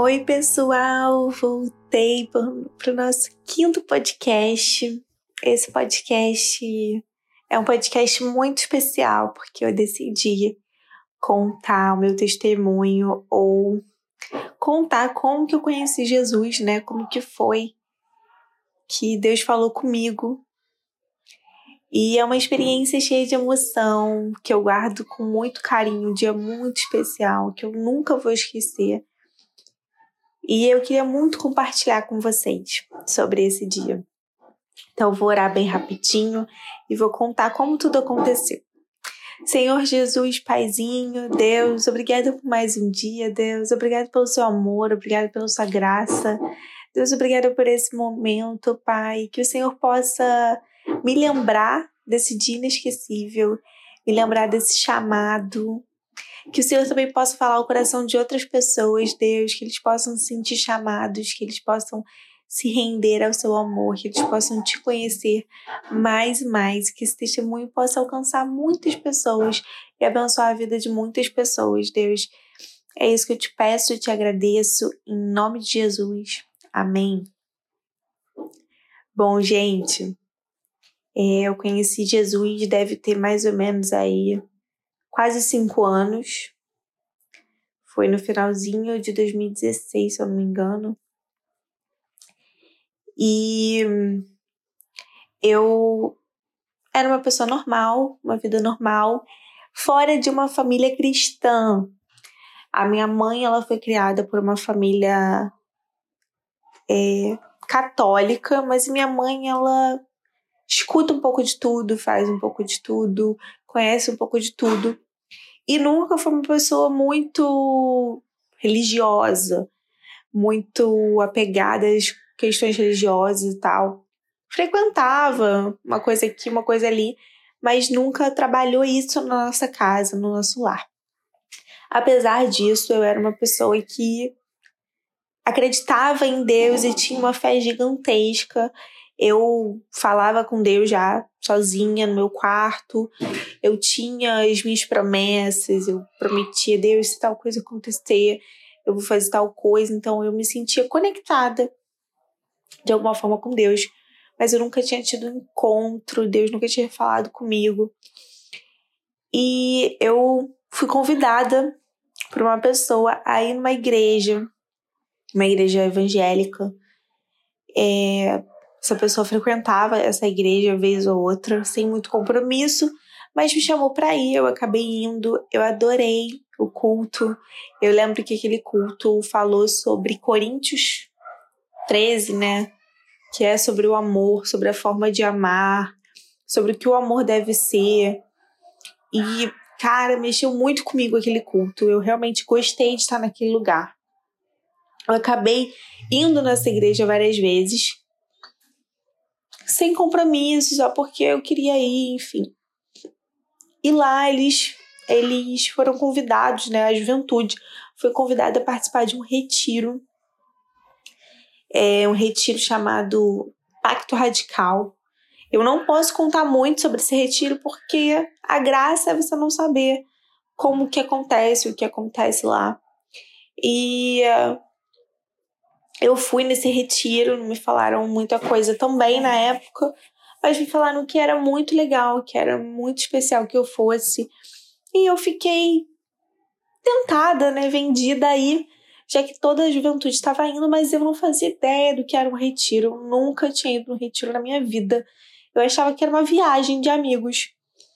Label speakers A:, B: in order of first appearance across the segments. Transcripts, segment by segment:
A: Oi, pessoal! Voltei para o nosso 5º podcast. Esse podcast é um podcast muito especial porque eu decidi contar o meu testemunho ou contar como que eu conheci Jesus, né? Como que foi que Deus falou comigo. E é uma experiência cheia de emoção, que eu guardo com muito carinho, um dia muito especial, que eu nunca vou esquecer. E eu queria muito compartilhar com vocês sobre esse dia. Então eu vou orar bem rapidinho e vou contar como tudo aconteceu. Senhor Jesus, Paizinho, Deus, obrigada por mais um dia, Deus. Obrigada pelo seu amor, obrigada pela sua graça. Deus, obrigada por esse momento, Pai. Que o Senhor possa me lembrar desse dia inesquecível, me lembrar desse chamado. Que o Senhor também possa falar ao coração de outras pessoas, Deus, que eles possam se sentir chamados, que eles possam se render ao seu amor, que eles possam te conhecer mais e mais, que esse testemunho possa alcançar muitas pessoas e abençoar a vida de muitas pessoas, Deus. É isso que eu te peço e te agradeço, em nome de Jesus. Amém. Bom, gente, eu conheci Jesus, deve ter mais ou menos aí quase 5 anos. Foi no finalzinho de 2016, se eu não me engano. E eu era uma pessoa normal, uma vida normal, fora de uma família cristã. A minha mãe, ela foi criada por uma família católica, mas minha mãe, ela escuta um pouco de tudo, faz um pouco de tudo, conhece um pouco de tudo. E nunca foi uma pessoa muito religiosa, muito apegada às questões religiosas e tal. Frequentava uma coisa aqui, uma coisa ali, mas nunca trabalhou isso na nossa casa, no nosso lar. Apesar disso, eu era uma pessoa que acreditava em Deus e tinha uma fé gigantesca. Eu falava com Deus já sozinha no meu quarto. Eu tinha as minhas promessas. Eu prometia, Deus, se tal coisa acontecer, eu vou fazer tal coisa. Então eu me sentia conectada de alguma forma com Deus. Mas eu nunca tinha tido um encontro. Deus nunca tinha falado comigo. E eu fui convidada por uma pessoa a ir numa igreja. Uma igreja evangélica. Essa pessoa frequentava essa igreja vez ou outra, sem muito compromisso, mas me chamou para ir, eu acabei indo, eu adorei o culto. Eu lembro que aquele culto falou sobre Coríntios 13, né? Que é sobre o amor, sobre a forma de amar, sobre o que o amor deve ser. E, cara, mexeu muito comigo aquele culto. Eu realmente gostei de estar naquele lugar. Eu acabei indo nessa igreja várias vezes, sem compromisso, só porque eu queria ir, enfim. E lá eles foram convidados, né? A juventude foi convidada a participar de um retiro. Um retiro chamado Pacto Radical. Eu não posso contar muito sobre esse retiro porque a graça é você não saber como que acontece, o que acontece lá. E eu fui nesse retiro, não me falaram muita coisa também na época, mas me falaram que era muito legal, que era muito especial que eu fosse. E eu fiquei tentada, né, vendida aí, já que toda a juventude estava indo, mas eu não fazia ideia do que era um retiro. Eu nunca tinha ido num retiro na minha vida. Eu achava que era uma viagem de amigos.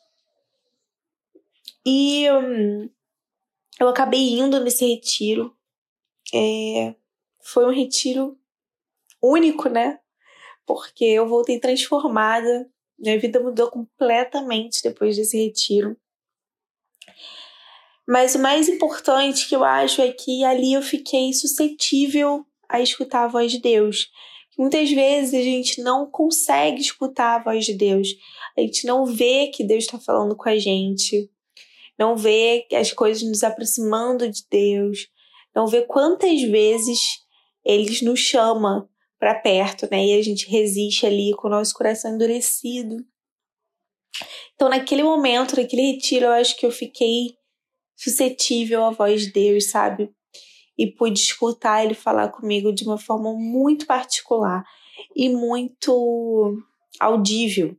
A: E eu acabei indo nesse retiro. Foi um retiro único, né? Porque eu voltei transformada. Minha vida mudou completamente depois desse retiro. Mas o mais importante que eu acho é que ali eu fiquei suscetível a escutar a voz de Deus. Muitas vezes a gente não consegue escutar a voz de Deus. A gente não vê que Deus está falando com a gente. Não vê as coisas nos aproximando de Deus. Não vê quantas vezes Ele nos chama para perto, né? E a gente resiste ali com o nosso coração endurecido. Então, naquele momento, naquele retiro, eu acho que eu fiquei suscetível à voz de Deus, sabe? e pude escutar ele falar comigo de uma forma muito particular e muito audível.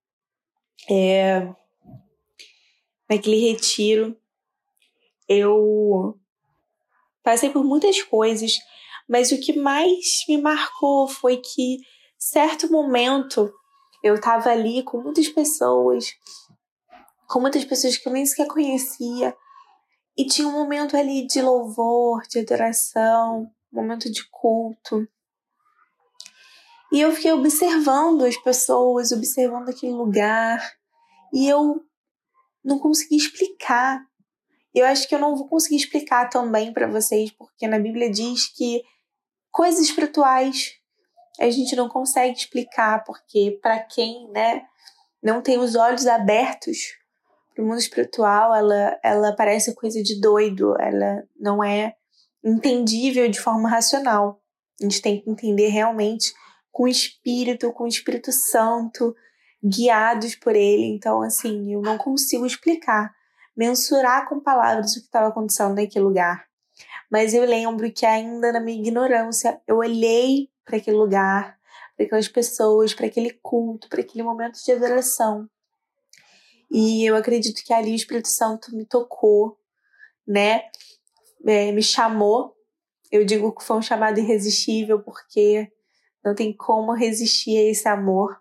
A: Naquele retiro, eu passei por muitas coisas, mas o que mais me marcou foi que, certo momento, eu estava ali com muitas pessoas que eu nem sequer conhecia, e tinha um momento ali de louvor, de adoração, um momento de culto. E eu fiquei observando as pessoas, observando aquele lugar, e eu não consegui explicar. Eu acho que eu não vou conseguir explicar também para vocês, porque na Bíblia diz que coisas espirituais a gente não consegue explicar, porque para quem, né, não tem os olhos abertos para o mundo espiritual, ela parece coisa de doido, ela não é entendível de forma racional. A gente tem que entender realmente com o Espírito Santo, guiados por ele. Então, assim, eu não consigo explicar, mensurar com palavras o que estava acontecendo naquele lugar. Mas eu lembro que ainda na minha ignorância, eu olhei para aquele lugar, para aquelas pessoas, para aquele culto, para aquele momento de adoração. E eu acredito que ali o Espírito Santo me tocou, né? Me chamou. Eu digo que foi um chamado irresistível, porque não tem como resistir a esse amor.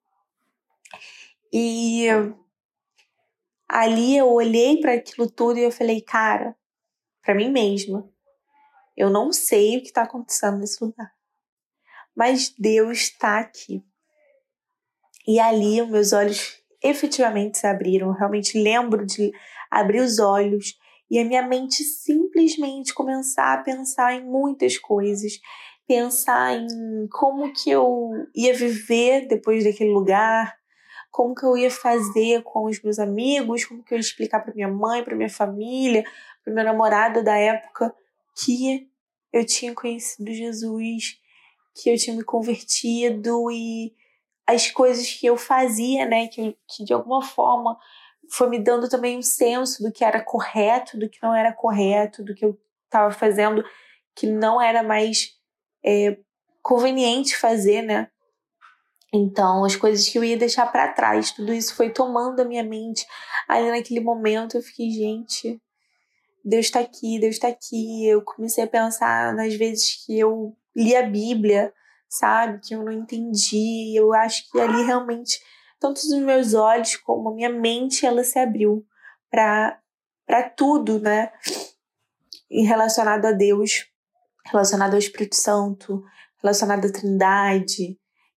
A: E ali eu olhei para aquilo tudo e eu falei, cara, para mim mesma, eu não sei o que está acontecendo nesse lugar, mas Deus está aqui. E ali os meus olhos efetivamente se abriram. Eu realmente lembro de abrir os olhos e a minha mente simplesmente começar a pensar em muitas coisas. Pensar em como que eu ia viver depois daquele lugar, como que eu ia fazer com os meus amigos, como que eu ia explicar para minha mãe, para minha família, para meu namorado da época que eu tinha conhecido Jesus, que eu tinha me convertido e as coisas que eu fazia, né, que de alguma forma foi me dando também um senso do que era correto, do que não era correto, do que eu estava fazendo que não era mais conveniente fazer, né? Então, as coisas que eu ia deixar para trás, tudo isso foi tomando a minha mente. Ali naquele momento eu fiquei, gente, Deus está aqui, Deus está aqui. Eu comecei a pensar nas vezes que eu li a Bíblia, sabe? Que eu não entendi. Eu acho que ali realmente, tanto os meus olhos como a minha mente, ela se abriu para tudo, né? Relacionado a Deus, relacionado ao Espírito Santo, relacionado à Trindade.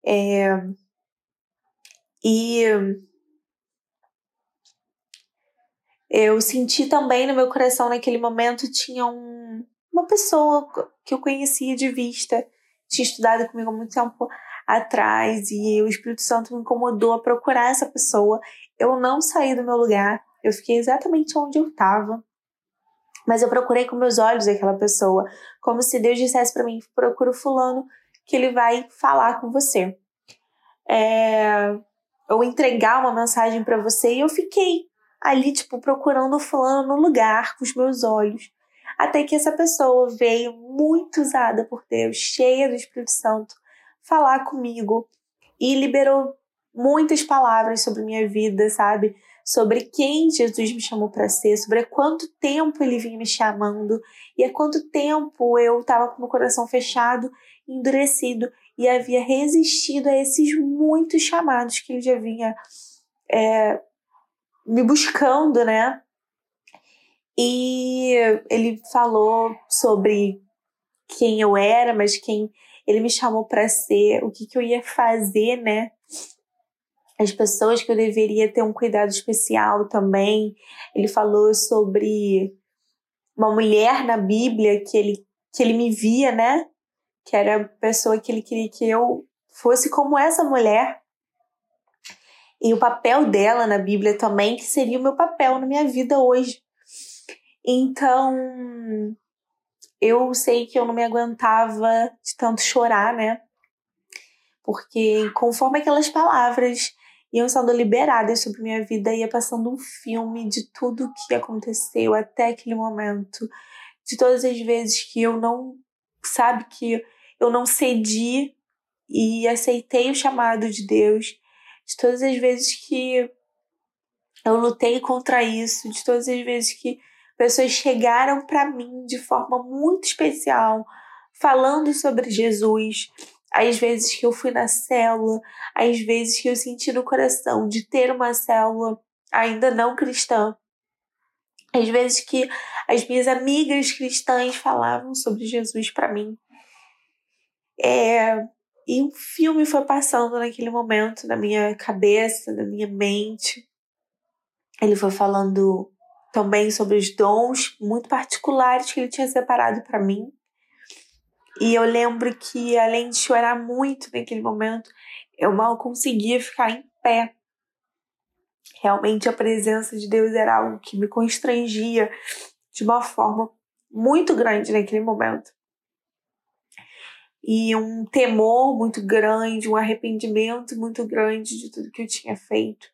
A: E eu senti também no meu coração, naquele momento, tinha uma pessoa que eu conhecia de vista, tinha estudado comigo há muito tempo atrás, e o Espírito Santo me incomodou a procurar essa pessoa. Eu não saí do meu lugar, eu fiquei exatamente onde eu estava, mas eu procurei com meus olhos aquela pessoa, como se Deus dissesse para mim, procura o fulano que ele vai falar com você. Ou entregar uma mensagem para você, e eu fiquei ali, tipo, procurando o fulano no lugar, com os meus olhos, até que essa pessoa veio muito usada por Deus, cheia do Espírito Santo, falar comigo e liberou muitas palavras sobre minha vida, sabe? Sobre quem Jesus me chamou para ser, sobre há quanto tempo ele vinha me chamando e há quanto tempo eu estava com meu coração fechado, endurecido e havia resistido a esses muitos chamados que ele já vinha me buscando, né? E ele falou sobre quem eu era, mas quem ele me chamou para ser, o que eu ia fazer, né? As pessoas que eu deveria ter um cuidado especial também. Ele falou sobre uma mulher na Bíblia que ele me via, né? Que era a pessoa que ele queria que eu fosse como essa mulher. E o papel dela na Bíblia também, que seria o meu papel na minha vida hoje. Então, eu sei que eu não me aguentava de tanto chorar, né? Porque conforme aquelas palavras iam sendo liberadas sobre minha vida, ia passando um filme de tudo o que aconteceu até aquele momento. de todas as vezes que eu não, sabe, que eu não cedi e aceitei o chamado de Deus, de todas as vezes que eu lutei contra isso, de todas as vezes que pessoas chegaram para mim de forma muito especial, falando sobre Jesus, às vezes que eu fui na célula, às vezes que eu senti no coração de ter uma célula ainda não cristã, às vezes que as minhas amigas cristãs falavam sobre Jesus para mim. E um filme foi passando naquele momento na minha cabeça, na minha mente. Ele foi falando também sobre os dons muito particulares que ele tinha separado para mim. E eu lembro que, além de chorar muito naquele momento, eu mal conseguia ficar em pé. Realmente a presença de Deus era algo que me constrangia de uma forma muito grande naquele momento. E um temor muito grande, um arrependimento muito grande de tudo que eu tinha feito.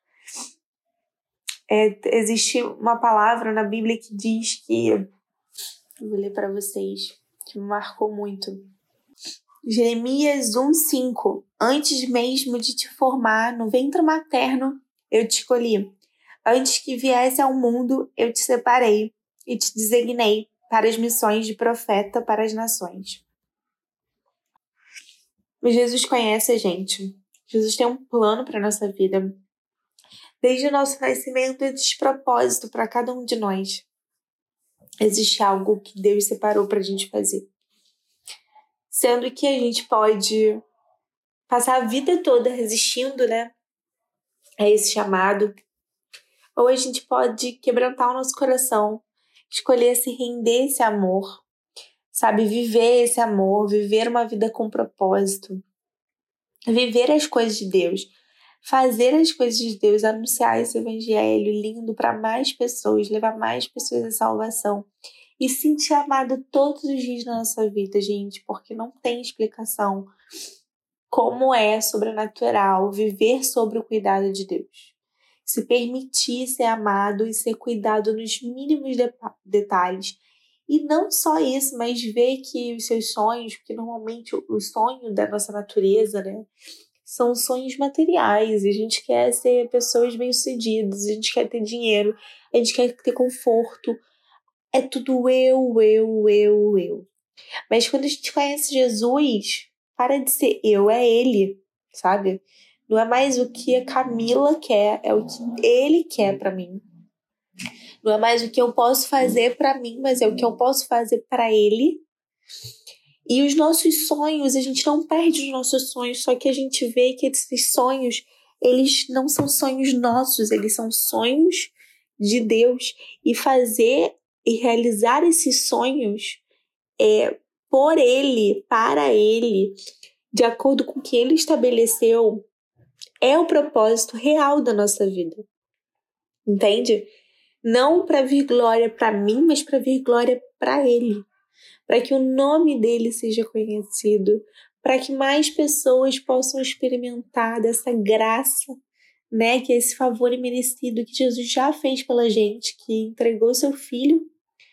A: Existe uma palavra na Bíblia que diz que, eu vou ler para vocês, que me marcou muito. Jeremias 1:5. Antes mesmo de te formar no ventre materno, eu te escolhi. Antes que viesse ao mundo, eu te separei e te designei para as missões de profeta para as nações. Mas Jesus conhece a gente. Jesus tem um plano para a nossa vida. Desde o nosso nascimento existe propósito para cada um de nós. Existe algo que Deus separou para a gente fazer. Sendo que a gente pode passar a vida toda resistindo, né, a esse chamado. Ou a gente pode quebrantar o nosso coração, escolher se render esse amor, sabe, viver esse amor, viver uma vida com propósito, viver as coisas de Deus, fazer as coisas de Deus, anunciar esse evangelho lindo para mais pessoas, levar mais pessoas à salvação e sentir amado todos os dias na nossa vida, gente, porque não tem explicação como é sobrenatural viver sobre o cuidado de Deus. Se permitir ser amado e ser cuidado nos mínimos detalhes. E não só isso, mas ver que os seus sonhos, porque normalmente o sonho da nossa natureza, né, são sonhos materiais. A gente quer ser pessoas bem-sucedidas, a gente quer ter dinheiro, a gente quer ter conforto. É tudo eu. Mas quando a gente conhece Jesus, para de ser eu, é Ele, sabe? Não é mais o que a Camila quer, é o que Ele quer pra mim. Não é mais o que eu posso fazer pra mim, mas é o que eu posso fazer pra Ele. E os nossos sonhos, a gente não perde os nossos sonhos, só que a gente vê que esses sonhos, eles não são sonhos nossos, eles são sonhos de Deus. E fazer e realizar esses sonhos por Ele, para Ele, de acordo com o que Ele estabeleceu, é o propósito real da nossa vida. Entende? Não para vir glória para mim, mas para vir glória para Ele. Para que o nome dele seja conhecido, para que mais pessoas possam experimentar dessa graça, né, que é esse favor imerecido que Jesus já fez pela gente, que entregou seu filho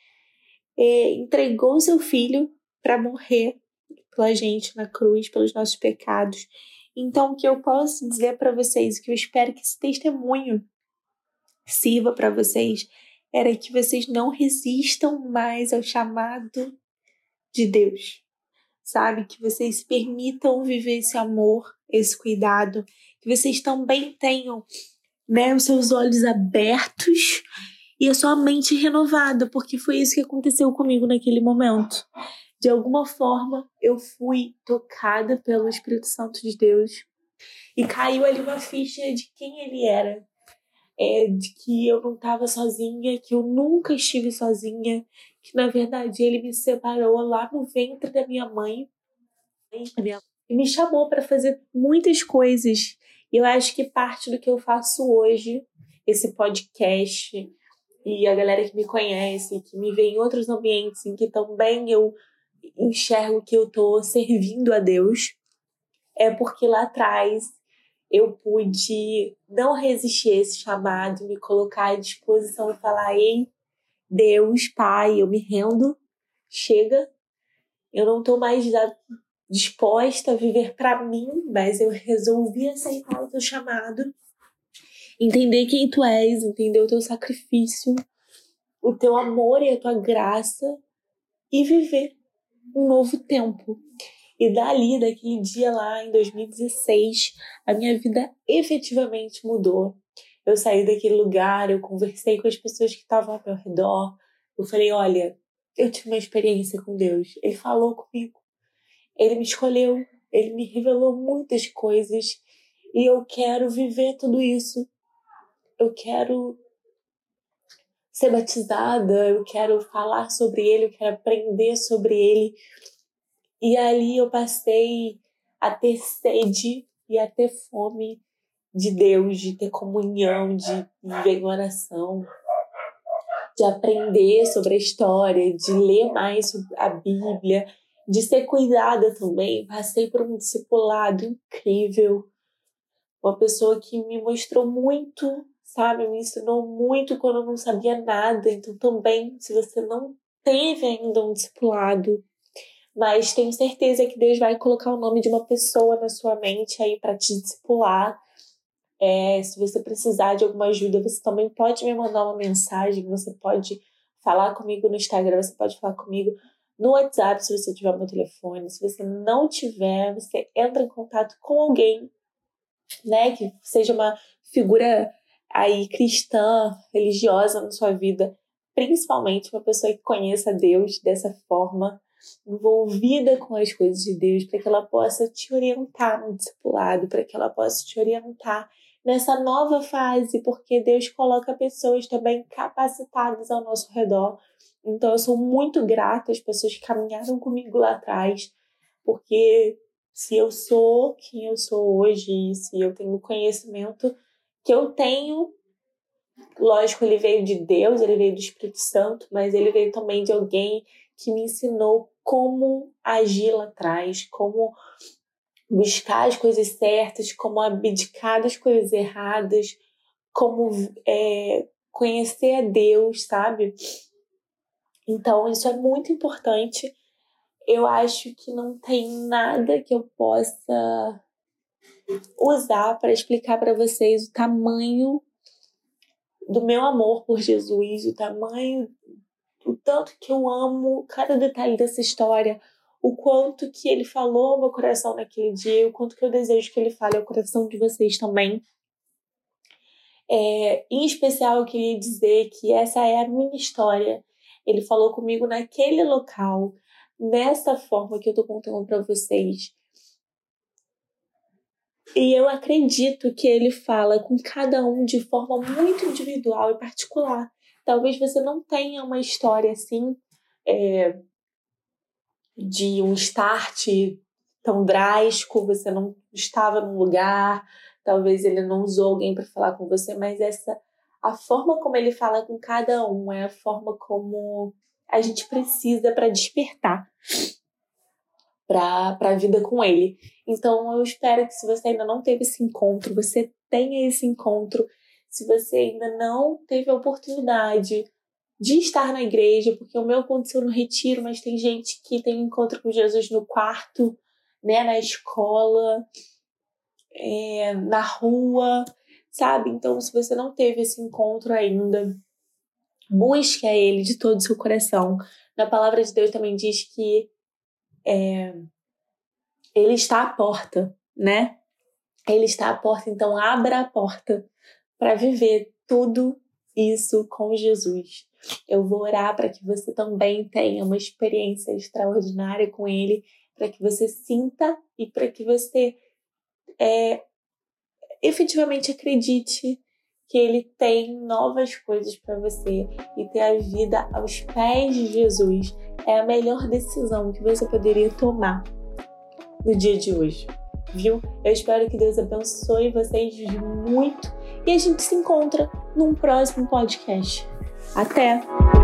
A: para morrer pela gente na cruz, pelos nossos pecados. Então, o que eu posso dizer para vocês, que eu espero que esse testemunho sirva para vocês, era que vocês não resistam mais ao chamado de Deus, sabe? Que vocês permitam viver esse amor, esse cuidado, que vocês também tenham, né, os seus olhos abertos e a sua mente renovada, porque foi isso que aconteceu comigo naquele momento. De alguma forma, eu fui tocada pelo Espírito Santo de Deus e caiu ali uma ficha de quem ele era. De que eu não estava sozinha, que eu nunca estive sozinha, que na verdade ele me separou lá no ventre da minha mãe e me chamou para fazer muitas coisas. E eu acho que parte do que eu faço hoje, esse podcast, e a galera que me conhece, que me vê em outros ambientes em que também eu enxergo que eu tô servindo a Deus, é porque lá atrás eu pude não resistir a esse chamado, me colocar à disposição e falar: ei, Deus, Pai, eu me rendo chega, eu não tô mais disposta a viver para mim, mas eu resolvi aceitar o teu chamado, entender quem tu és, entender o teu sacrifício, o teu amor e a tua graça e viver um novo tempo. E daquele dia lá em 2016, a minha vida efetivamente mudou. Eu saí daquele lugar, eu conversei com as pessoas que estavam ao meu redor. Eu falei, olha, eu tive uma experiência com Deus. Ele falou comigo. Ele me escolheu. Ele me revelou muitas coisas. E eu quero viver tudo isso. Eu quero ser batizada. Eu quero falar sobre Ele. Eu quero aprender sobre Ele. E ali eu passei a ter sede e a ter fome de Deus, de ter comunhão, de viver em oração, de aprender sobre a história, de ler mais sobre a Bíblia, de ser cuidada também. Passei por um discipulado incrível, uma pessoa que me mostrou muito, sabe? Me ensinou muito quando eu não sabia nada. Então também, se você não teve ainda um discipulado, mas tenho certeza que Deus vai colocar o nome de uma pessoa na sua mente aí para te discipular. Se você precisar de alguma ajuda, você também pode me mandar uma mensagem, você pode falar comigo no Instagram, você pode falar comigo no WhatsApp, se você tiver meu telefone. Se você não tiver, você entra em contato com alguém, né, que seja uma figura aí cristã, religiosa na sua vida, principalmente uma pessoa que conheça Deus dessa forma, envolvida com as coisas de Deus, para que ela possa te orientar no discipulado, para que ela possa te orientar nessa nova fase, porque Deus coloca pessoas também capacitadas ao nosso redor. Então eu sou muito grata às pessoas que caminharam comigo lá atrás, porque se eu sou quem eu sou hoje, se eu tenho o conhecimento que eu tenho, lógico, ele veio de Deus, ele veio do Espírito Santo, mas ele veio também de alguém que me ensinou como agir lá atrás, como buscar as coisas certas, como abdicar das coisas erradas, como conhecer a Deus, sabe? Então, isso é muito importante. Eu acho que não tem nada que eu possa usar para explicar para vocês o tamanho do meu amor por Jesus, o tanto que eu amo cada detalhe dessa história, o quanto que ele falou ao meu coração naquele dia, o quanto que eu desejo que ele fale ao coração de vocês também. Em especial, eu queria dizer que essa é a minha história. Ele falou comigo naquele local, nessa forma que eu tô contando para vocês. E eu acredito que ele fala com cada um de forma muito individual e particular. Talvez você não tenha uma história assim, de um start tão drástico, você não estava num lugar, talvez ele não usou alguém para falar com você, mas a forma como ele fala com cada um é a forma como a gente precisa para despertar para a vida com ele. Então eu espero que, se você ainda não teve esse encontro, você tenha esse encontro. Se você ainda não teve a oportunidade de estar na igreja, porque o meu aconteceu no retiro, mas tem gente que tem um encontro com Jesus no quarto, né, na escola, na rua, sabe? Então, se você não teve esse encontro ainda, busque a ele de todo o seu coração. Na palavra de Deus também diz que ele está à porta, né? Ele está à porta, então abra a porta para viver tudo isso com Jesus. Eu vou orar para que você também tenha uma experiência extraordinária com ele, para que você sinta e para que você efetivamente acredite que ele tem novas coisas para você, e ter a vida aos pés de Jesus é a melhor decisão que você poderia tomar no dia de hoje, viu? Eu espero que Deus abençoe vocês muito e a gente se encontra num próximo podcast. Até!